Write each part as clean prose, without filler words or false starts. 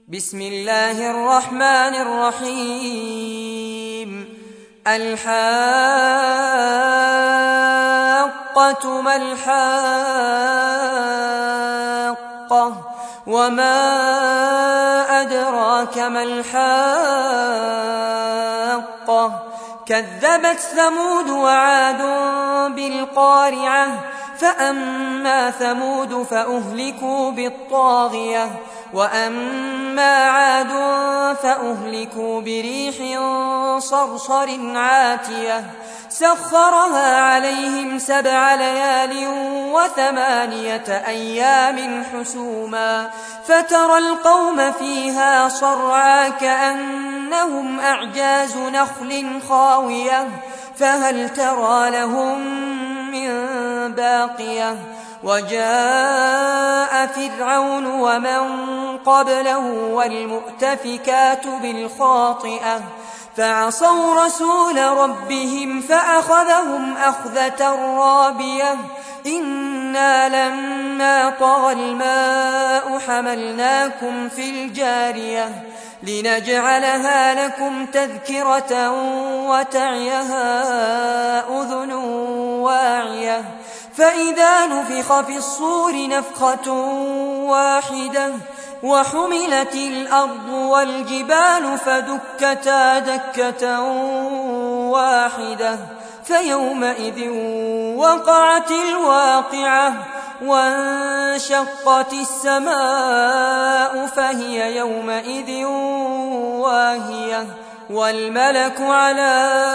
بسم الله الرحمن الرحيم الحاقة ما الحاقة وما أدراك ما الحاقة كذبت ثمود وعاد بالقارعة فأما ثمود فأهلكوا بالطاغية وأما عاد فأهلكوا بريح صرصر عاتية سخرها عليهم 7 ليال و8 أيام حسوما فترى القوم فيها صرعى كأنهم أعجاز نخل خاوية فهل ترى لهم من باقية وجاء فرعون ومن قبله والمؤتفكات بالخاطئة فعصوا رسول ربهم فأخذهم أخذة رابية إنا لما طغى الماء حملناكم في الجارية لنجعلها لكم تذكرة وتعيها أذن واعية فإذا نفخ في الصور نفخة واحدة وحملت الأرض والجبال فدكتا دكة واحدة فيومئذ وقعت الواقعة وانشقت السماء فهي يومئذ واهية والملك على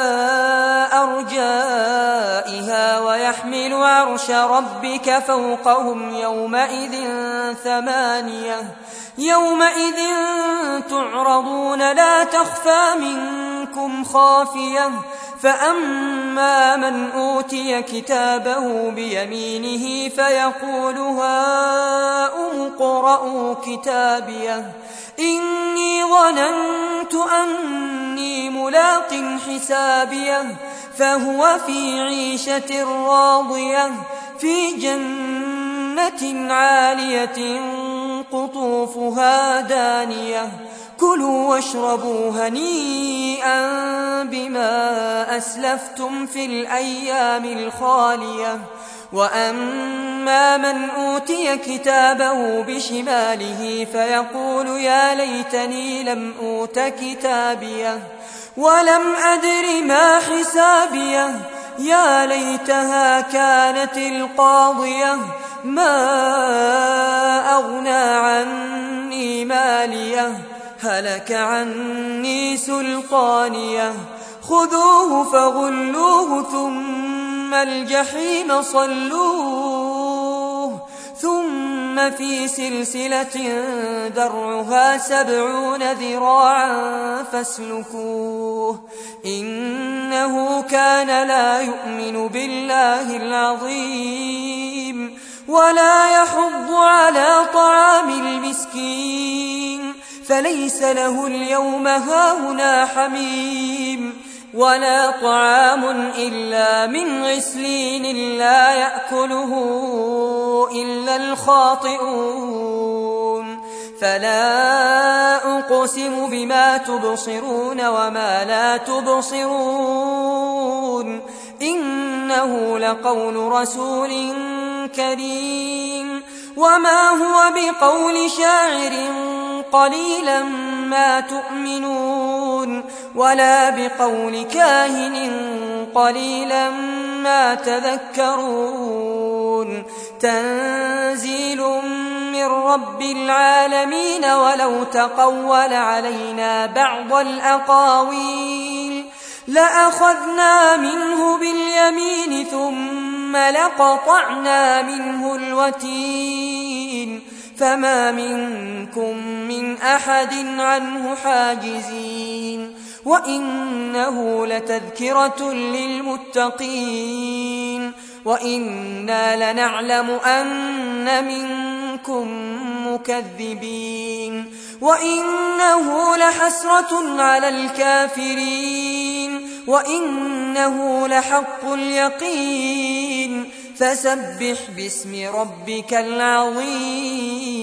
أرجائها ويحمل عرش ربك فوقهم يومئذ 8 يومئذ تعرضون لا تخفى منكم خافية فأما من أوتي كتابه بيمينه فيقول هاؤم اقرءوا كتابيه إني ظننت أني ملاق حسابيه فهو في عيشة راضية في جنة عالية قطوفها دانية كلوا واشربوا هنيئا بما أسلفتم في الأيام الخالية وأما من أوتي كتابه بشماله فيقول يا ليتني لم أوت كتابيه ولم أدر ما حسابيه يا ليتها كانت القاضية ما أغنى عني ماليه هلك عني سلطانيه خذوه فغلوه ثم الجحيم صلوه ثم في سلسلة درعها 70 ذراعا فاسلكوه إنه كان لا يؤمن بالله العظيم ولا يحض على طعام المسكين فليس له اليوم هاهنا حميم ولا طعام إلا من غسلين لا يأكله إلا الخاطئون فلا أقسم بما تبصرون وما لا تبصرون إنه لقول رسول كريم وما هو بقول شاعر قليلا ما تؤمنون ولا بقول كاهن قليلا ما تذكرون تنزيل من رب العالمين ولو تقول علينا بعض الأقاويل لأخذنا منه باليمين ثم لقطعنا منه الوتين فما منكم من أحد عنه حاجزين وإنه لتذكرة للمتقين وإنا لنعلم أن منكم مكذبين وإنه لحسرة على الكافرين وإنه لحق اليقين فسبح باسم ربك العظيم